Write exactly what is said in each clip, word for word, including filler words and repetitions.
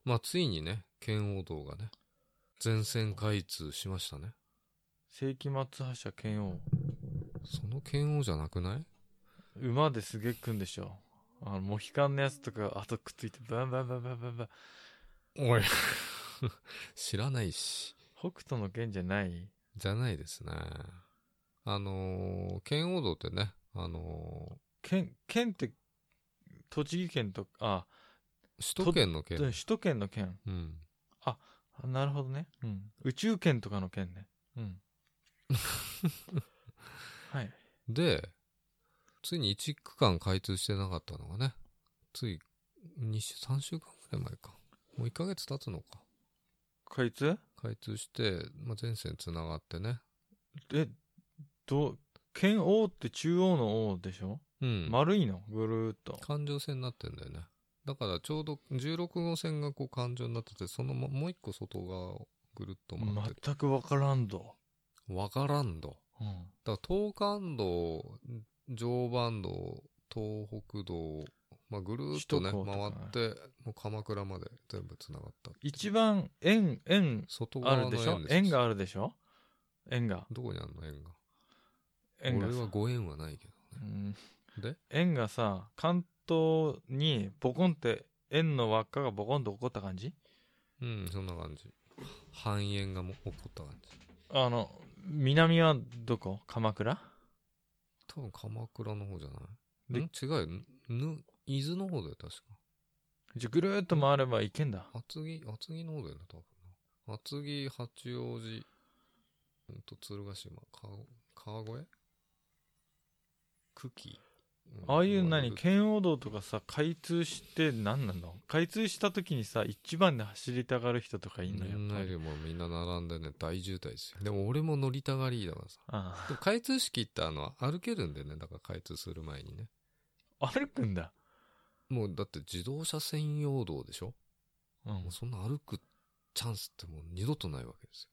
まあついにね、圏央道がね、全線開通しましたね。 世紀末発車圏央。 その圏央じゃなくない？ 馬ですげえ来んでしょ。あの、モヒカンのやつとか後くっついてバンバンバンバンバンバン。 おい。知らないし。 北斗の拳じゃない？ じゃないですね。あのー、圏央道ってね、あのー、 県、県って栃木県とか、あ、 首都圏の県。 首都圏の県。 うん。 あ、なるほどね。うん。宇宙圏とかの県ね。うん。はい。 で、ついにいち区間開通してなかったのがね、ついに週、さんしゅうかんぐらい前か。もういっかげつ経つのか。 開通？ 開通して、まあ、全線つながってね。 え、ど、県央って中央の央でしょ？ うん。 丸いのぐるーっと。 環状線になってんだよね。だからちょうどじゅうろく号線がこう環状になってて、そのもう一個外側をぐるっと回ってて。 全くわからんど。 わからんど。 うん。 だから東関道、常磐道、東北道、まあ、ぐるーっとね、 首都高回とかねって、もう鎌倉まで全部繋がったっていう。 一番円、円外あるでしょ？ 側の円です。 円があるでしょ？円が。 どこにあんの円が。 円がさ。 俺はご円はないけどうね。 ん。 で円がさ、関東にボコンって円の輪っかがボコンと起こった感じ？ うん、そんな感じ。半円がも起こった感じ。 あの、南はどこ？鎌倉？ 多分鎌倉の方じゃないでん違うよ。ぬ、伊豆の方だよ、確か。 じゃぐるーっと回れば行けんだ。 厚木、厚木の方だよね、多分な。厚木、八王子、うんと、鶴ヶ島、川川越久喜、うん、 ああいう何、 まあいろいろ圏央道とかさ、開通して何なの？開通した時にさ、一番で走りたがる人とかいんの？やっぱり。 みんなでもみんな並んでね、大渋滞ですよ。でも俺も乗りたがりだからさ。 あでも開通式ってあの、歩けるんだよね。だから開通する前にね。 あ。歩くんだ。 もうだって自動車専用道でしょ？ うん。 もうそんな歩くチャンスってもう二度とないわけです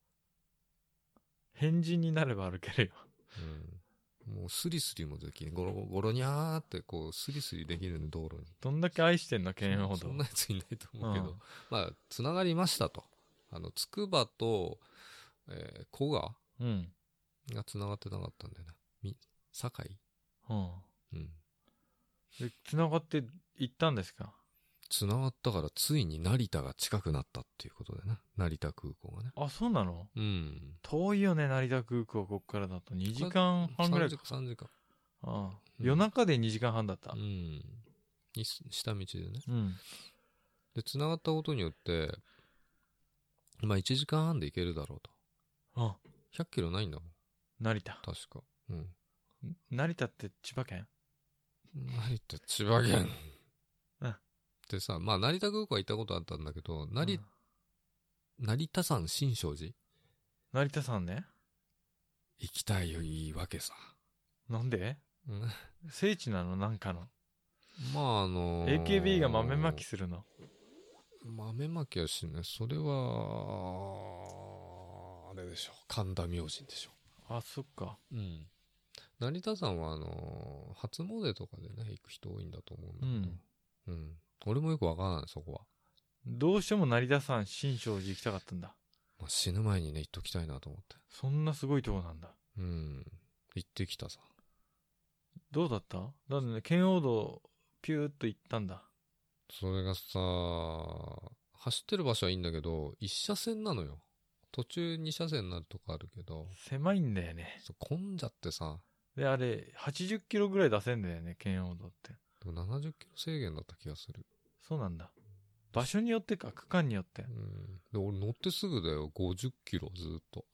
変人になれば歩けるよ。 よ。うん。もうスリスリもできる。ゴロゴロニャーってこうスリスリできるね、道路に。 どんだけ愛してんの、圏央道。 そんなやついないと思うけど。 うんまあ、つながりましたと。あの、つくばと、えー、古賀うん。 がつながってなかったんだよな。み、堺うん。 うん。 で、繋がって行ったんですか？ つながったからついに成田が近くなったっていうことでね。成田空港がね。 あ、そうなの？ うん。 遠いよね、成田空港、こっからだと。にじかんはんぐらいか。 さんじかん。 ああ、 うん夜中でにじかんはんだった。 うん。に下道でね。 うん。 で、つながったことによって、まあいちじかんはんで行けるだろうと。 あ、 ひゃっキロないんだもん。 成田。 確か。うん。 成田って千葉県？ 成田、千葉県。 うんでさ、まあ成田空港は行ったことあったんだけど、成、 うん成田山新勝寺成田山ね。 行きたいよ、いいわけさ。 なんで？ うん聖地なの？なんかの。 まああのー、 エーケービー が豆まきするの？ 豆まきはしない。それは、あれでしょ。神田明神でしょ。 あ、そっか。 うん。成田山はあのー、初詣とかでね、行く人多いんだと思うんだけど。うん。うん。俺もよくわからない、そこは。 どうしても成田山新勝寺行きたかったんだ。 まあ、死ぬ前にね、行っときたいなと思って。 そんなすごいとこなんだ。 うん。行ってきたさ。 どうだった？だってね、圏央道、ピューっと行ったんだ。 それがさ、走ってる場所はいいんだけど、一車線なのよ。途中二車線になるとこあるけど、 狭いんだよね。 そう混んじゃってさ、 で、あれ、はちじゅっキロぐらい出せんだよね、圏央道って。 でもななじゅっキロ制限だった気がする。 そうなんだ。場所によってか、区間によって。 うん。で、俺乗ってすぐだよ、ごじゅっキロずーっと。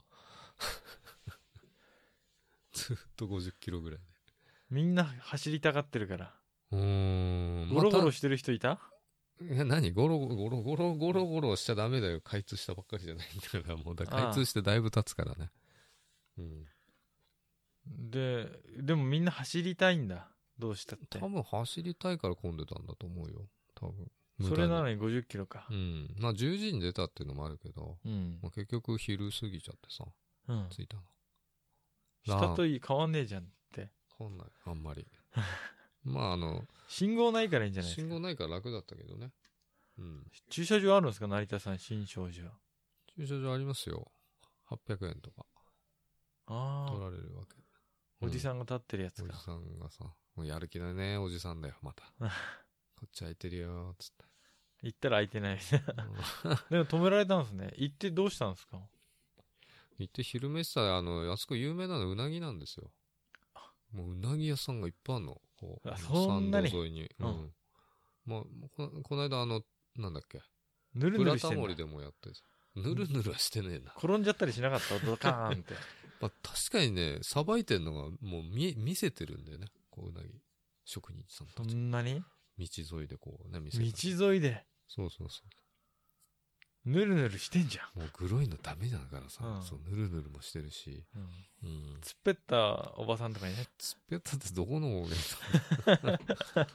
ずーっとごじゅっキロぐらいで。 みんな走りたがってるから。 うーん。 ゴロゴロましてる人いた？ たいや、何ゴロゴロゴロゴロゴロゴロしちゃダメだよ。開通したばっかりじゃないんだから、もうだ開通してだいぶ経つからね。うん。 で、でもみんな走りたいんだ。どうしたって。 多分走りたいから混んでたんだと思うよ。多分。 それなのにごじゅっキロかう。ん。まあじゅうじに出たっていうのもあるけど、 うん。 まあ、結局昼過ぎちゃってさ、 うん。 着いたの。 下といい変わんねえじゃんって。 変わんない。あんまり。まああの、 信号ないからいいんじゃないですか。 信号ないから楽だったけどね。うん。 駐車場あるんですか、成田さん、新勝寺は。 駐車場ありますよ。はっぴゃくえんとかああ。 取られるわけ。 おじさんが立ってるやつか。 おじさんがさ、もうやる気だね、おじさんだよ、また。こっち空いてるよ、つって。 行ったら空いてない。 うんでも止められたんですね。行ってどうしたんですか？ 行って昼飯さ、あの、あそこ有名なのうなぎなんですよ。もううなぎ屋さんがいっぱいあるの。こう、 あそんなに参道沿いに。 ううんん。まあ、ここの間あの、なんだっけ。 ぬるブぬるしてんだラタモリでもやってさぬるぬるはしてねえな。 転んじゃったりしなかったドカーンって。 まあ、確かにね、さばいてんのがもう見え、見せてるんだよね。こう、うなぎ。職人さんそたち。 んなに道沿いでこうね、見せて。 道沿いでそうそうそぬるぬるしてんじゃん。 う。もうグロいのダメだからさ、 うんそう、ぬるぬるもしてるし。 うん。 うん。 つっぺったおばさんとかにね。 つっぺったってどこのお弁当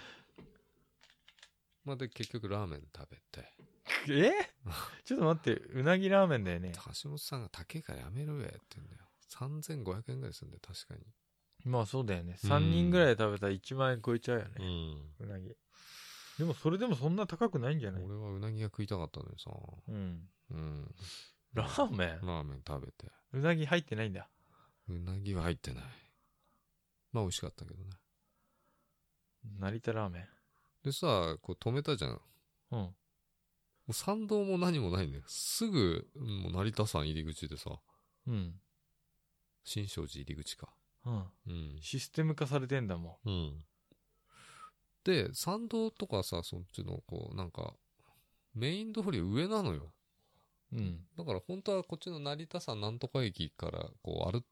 まあで、結局ラーメン食べて。 えちょっと待って、うなぎラーメンだよね。 橋本さんが高いからやめろよって言うんだよ。さんぜんごひゃくえんぐらいするんだよ、確かに。 まあそうだよね。さんにんぐらいで食べたらいちまん円超えちゃうよね。 ん。 うなぎ。でもそれでもそんな高くないんじゃない？ 俺はうなぎが食いたかったのにさ。 うん。 うん。 ラーメンラーメン食べて。 うなぎ入ってないんだ。 うなぎは入ってない。まあ美味しかったけどね。 成田ラーメン。 でさ、こう止めたじゃん。もうん。 う参道も何もないんだよ。すぐ、もう成田山入り口でさ、 うん。 新勝寺入り口か。 うん。 うん。 システム化されてんだもうん。で、参道とかさ、そっちの、こう、なんか、メイン通り上なのよ。 ん。うん。 だから本当はこっちの成田山なんとか駅から、こう、歩って、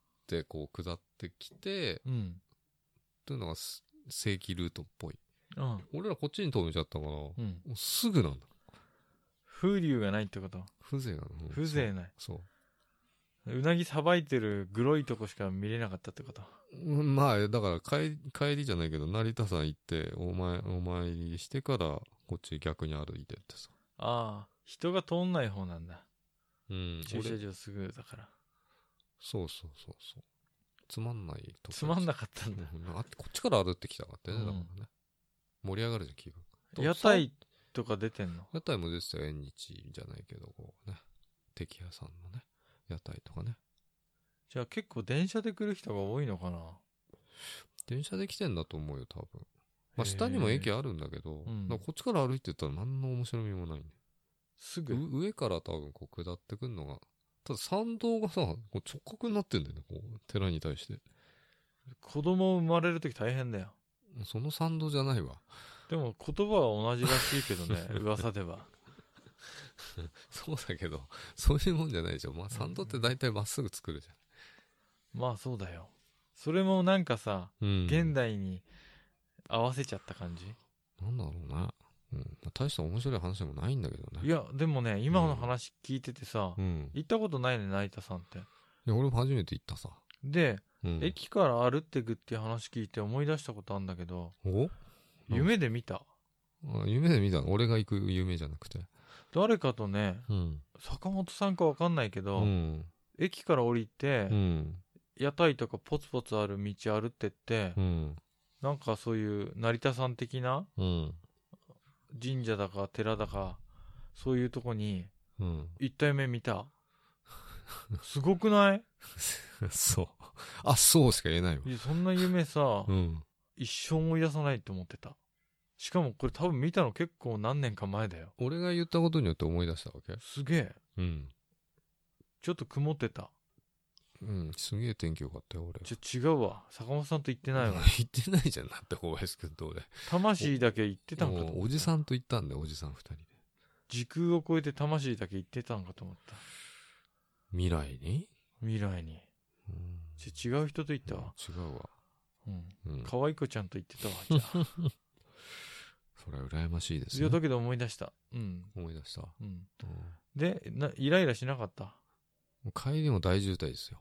こう、下ってきて、 うん。 というのがす正規ルートっぽい。 うん。 俺らこっちに止めちゃったから、もうん。 うすぐなんだ。 風流がないってこと？ 風情が、うん風情ない。 そう。 うなぎさばいてるグロいとこしか見れなかったってこと？ うんまあ、だから帰り、帰りじゃないけど、成田山行って、お前、お参りしてから、こっち逆に歩いてってさ。 ああ、人が通んない方なんだ。 うん。 駐車俺場すぐだから。 そうそうそうそう。つまんないとこつまんなかったんだ。 うんあこっちから歩ってきたかってね、 うんだからね。盛り上がるじゃん、気分。 屋台とか出てんの？ 屋台も出てたよ、縁日じゃないけど、こうね。敵屋さんのね、屋台とかね。 じゃあ結構電車で来る人が多いのかな？ 電車で来てんだと思うよ、多分。まあ、 へー下にも駅あるんだけど、 うんだからこっちから歩いてったら何の面白みもないんだよ。 すぐ。 う上から多分こう下ってくんのが、ただ参道がさ、こう直角になってんだよね、こう、寺に対して。 子供生まれるとき大変だよ。 その参道じゃないわ。 でも言葉は同じらしいけどね、噂では。 そうだけど、そういうもんじゃないでしょ。まあ、参道って大体まっすぐ作るじまあそうだよ。それもなんかさ、 ゃん。うん。 現代に合わせちゃった感じ。 なんだろうね。うん。まあ大した面白い話でもないんだけどね。 いや、でもね、今の話聞いててさ、 うん。 行ったことないね、成田さんって。 いや、俺も初めて行ったさ。 で、 うん。 駅から歩ってくっていう話聞いて思い出したことあるんだけど、 お夢で見た。 あ夢で見たの俺が行く夢じゃなくて。 誰かとね、 うん。 坂本さんかわかんないけうど、 ん。 駅から降りて、 うん。 屋台とかポツポツある道歩ってって、 うん。 なんかそういう成田山的なうん。 神社だか寺だか、そういうとこにうん。 一体目見た。すごくない？ そう。あ、そうしか言えないわい。やそんな夢さ、 うん。 一生思い出さないと思ってた。しかもこれ多分見たの結構何年か前だよ。 俺が言ったことによって思い出したわけ。 すげえ。 うん。 ちょっと曇ってた。 うん。すげえ天気良かったよ、俺。 ちょ、違うわ。坂本さんと言ってないわ。 行ってないじゃん、だって小林くんと俺。 魂だけ言ってたんかと思った。 もうおじさんと行ったんだよ、おじさん二人で。 時空を超えて魂だけ言ってたんかと思った。 未来に未来に。 うん。 ちょ違う人と言ったわ。 違うわ。 うん。 うん。 可愛い子ちゃんと言ってたわ。じゃあ。 それは羨ましいですね。 いや、だけど思い出した。うん。 思い出した。 うん。 うんで、な、イライラしなかった？ もう帰りも大渋滞ですよ。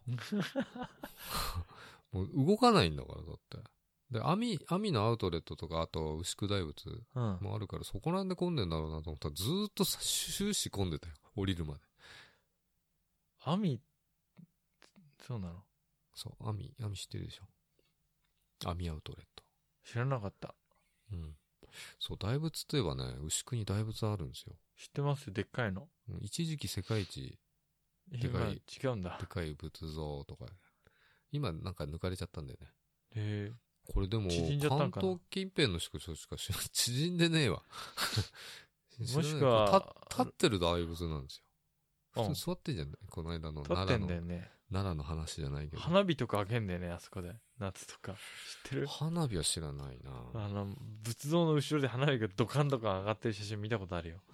もう動かないんだから、だって。で、網、網のアウトレットとか、あと牛久大仏うん。 もあるから、そこらんで混んでんだろうなと思ったら、ずーっとさ終始混んでたよ。降りるまで。 網、そうなの？ そう、網、網知ってるでしょ。網アウトレット。 知らなかった。 うん。 そう、大仏といえばね、牛久に大仏あるんですよ。 知ってますよ、でっかいの。 うん一時期世界一でか今い違うんだ。 でかい仏像とか、今なんか抜かれちゃったんだよね。 へえ。 これでも、 縮んじゃったんかな関東近辺の宿所しか知ら縮んでねえわ。 もしくはこう立立ってる大仏なんですよ。 うん普通座ってんじゃないこの間の立って奈良のんだよね。 奈良の話じゃないけど。 花火とかあげんだよね、あそこで。夏とか。知ってる？ 花火は知らないな。 あの、仏像の後ろで花火がドカンドカン上がってる写真見たことあるよ。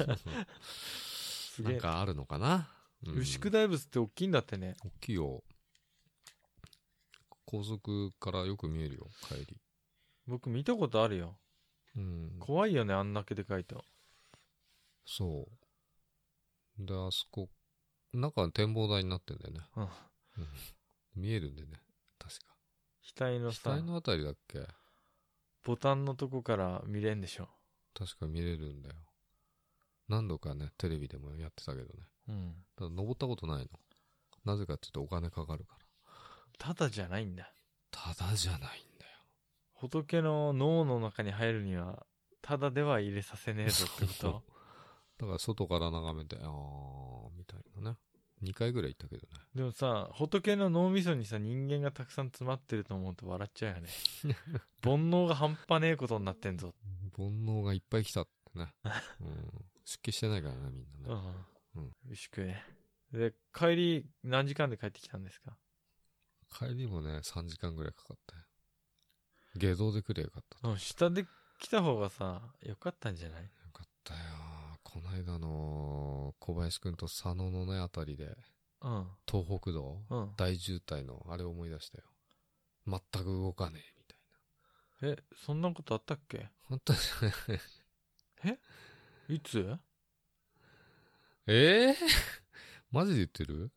すげえ。 なんかあるのかな、うん、 牛久大仏って大きいんだってね。 大きいよ。高速からよく見えるよ、帰り。 僕見たことあるよ。 うん。 怖いよね、あんだけでかいと。 そう。で、あそこ、中は展望台になってんだよね。 うん。 うん見えるんでね、確か。 額のさ額、のあたりだっけボタンのとこから見れんでしょ。 確か見れるんだよ。何度かね、テレビでもやってたけどね。 うん。 ただ登ったことないの。なぜかっていうとお金かかるから。 ただじゃないんだ。 ただじゃないんだよ。 仏の脳の中に入るには、ただでは入れさせねえぞってことだから外から眺めて、あー、みたいなね。にかいぐらい行ったけどね。 でもさ、仏の脳みそにさ、人間がたくさん詰まってると思うと笑っちゃうよね。煩悩が半端ねえことになってんぞ。 煩悩がいっぱい来たってね。うん、出家してないからね、みんなね。 うん。 うん牛久ね。で、帰り何時間で帰ってきたんですか？ 帰りもね、さんじかんぐらいかかったよ。下道で来ればよかった。ようん、下で来た方がさ、よかったんじゃない？ かったよ。こないだの小林くんと佐野のねあたりで、 うん。 東北道、 うん。 大渋滞のあれを思い出したよ。全く動かねえみたいな。 え、そんなことあったっけ？ 本当にえいつ？ ええー、マジで言ってる？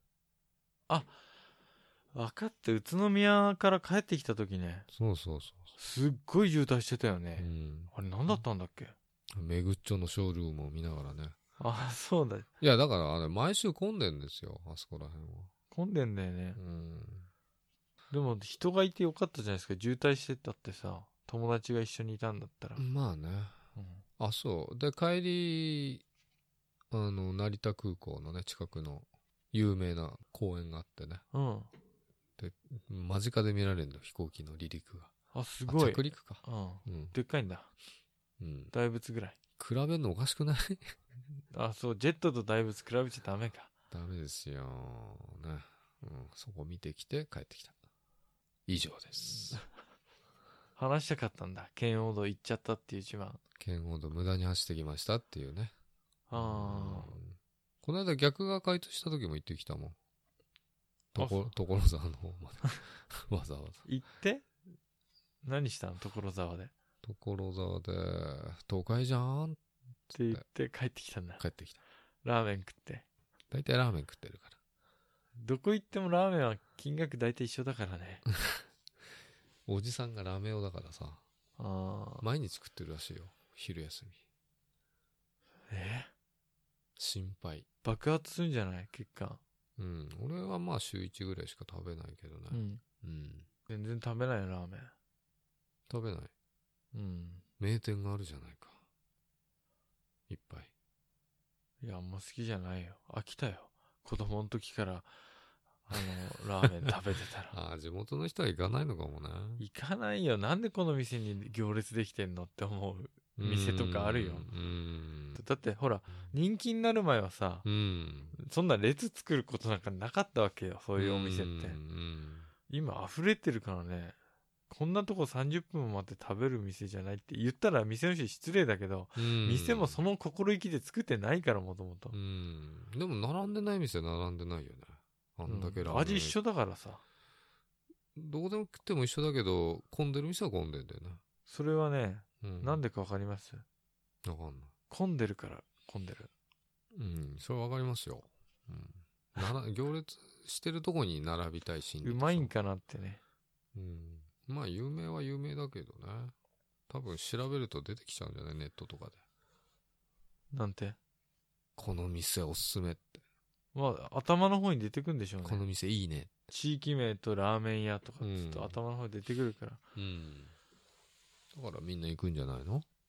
分かって、宇都宮から帰ってきた時ね、 そうそうそすっごい渋滞してたよう。うね。 ん。 あれ何だったんだっけ？ めぐっちょのショールームを見ながらね。 あ、そうだ。 いや、だからあれ、毎週混んでんですよ、あそこら辺は。 混んでんだよね。 うん。 でも人がいてよかったじゃないですか。渋滞してたってさ、友達が一緒にいたんだったら。 まあね。 うん。 あ、そう。で、帰り、あの、成田空港のね、近くの有名な公園があってね。 うん。 間近で見られるの、飛行機の離陸が。 あ、すごい。 着陸か。 うん。 うん。 でっかいんだ。 うん。 大仏ぐらい。 比べるのおかしくない？ あ、そう、ジェットと大仏比べちゃダメか。 ダメですよ。ね。うん。そこ見てきて帰ってきた。以上です。 話したかったんだ。剣王道行っちゃったっていう一番。 剣王道無駄に走ってきましたっていうね。 ああ。 うんこの間逆が開通した時も行ってきたもん。とあそこ、所沢の方まで。わざわざ。 行って何したの？所沢で。っ所沢で、都会じゃんて言って帰ってきたんだ。 帰ってきた。 ラーメン食って。 大体ラーメン食ってるから。 どこ行ってもラーメンは金額大体一緒だからね。 おじさんがラーメン屋だからさ、 ああ。 毎日食ってるらしいよ。昼休み。 え心配。 爆発するんじゃない血管。 うん。俺はまあ週いちぐらいしか食べないけどね。 うん。 うん。 全然食べないよ、ラーメン。 食べない。 うん。 名店があるじゃないか。いっぱい。 いや、あんま好きじゃないよ。飽きたよ。子供の時から、あの、ラーメン食べてたら。 ああ、地元の人は行かないのかもね。 行かないよ。なんでこの店に行列できてんのって思う店とかあるよ。 うん。 だってほら、人気になる前はさ、 うん。 そんな列作ることなんかなかったわけよ。そういうお店って。 うん。 今溢れてるからね。こんなとこさんじゅっぷんも待って食べる店じゃないって言ったら店の人失礼だけど、 うん店もその心意気で作ってないからもともとう。ん。でも並んでない店は並んでないよね。あんだけラーメン、 味一緒だからさ。 どこでも食っても一緒だけど、混んでる店は混んでんだよね。 それはね、 うん。 なんでかわかります？ わかんない。 混んでるから混んでる。 うん。それはわかりますよ。うん。なら、行列してるとこに並びたい心理うまいんかなってね。 うん。まあ、有名は有名だけどね。多分調べると出てきちゃうんじゃないネットとかで。 なんて。 この店おすすめって。 まあ、頭の方に出てくんでしょうね。 この店いいね。 地域名とラーメン屋とかうんちょっと頭の方に出てくるから。 うん。だからみんな行くんじゃないの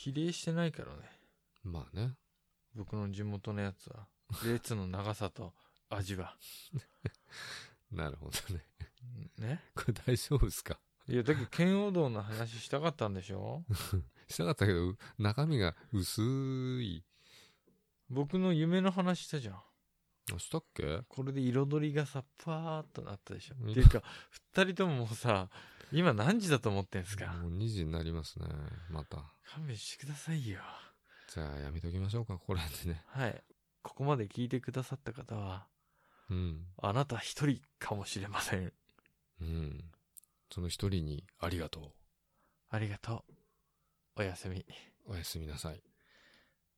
比例してないからね。 まあね。 僕の地元のやつは。列の長さと味は。 なるほどね。 ね。 これ大丈夫ですか？ いや、だけど、剣王道の話したかったんでしょ？ したかったけど、中身が薄い。 僕の夢の話したじゃん。 あ、したっけ？ これで彩りがさ、パーっとなったでしょ。 うんっていうか、二人とももうさ、今何時だと思ってんすか？ もうにじになりますね。また。 勘弁してくださいよ。 じゃあやめときましょうか、これでね。 はい。ここまで聞いてくださった方は、 うん。 あなた一人かもしれません。 うん。その一人にありがとう。 ありがとう。おやすみ。 おやすみなさい。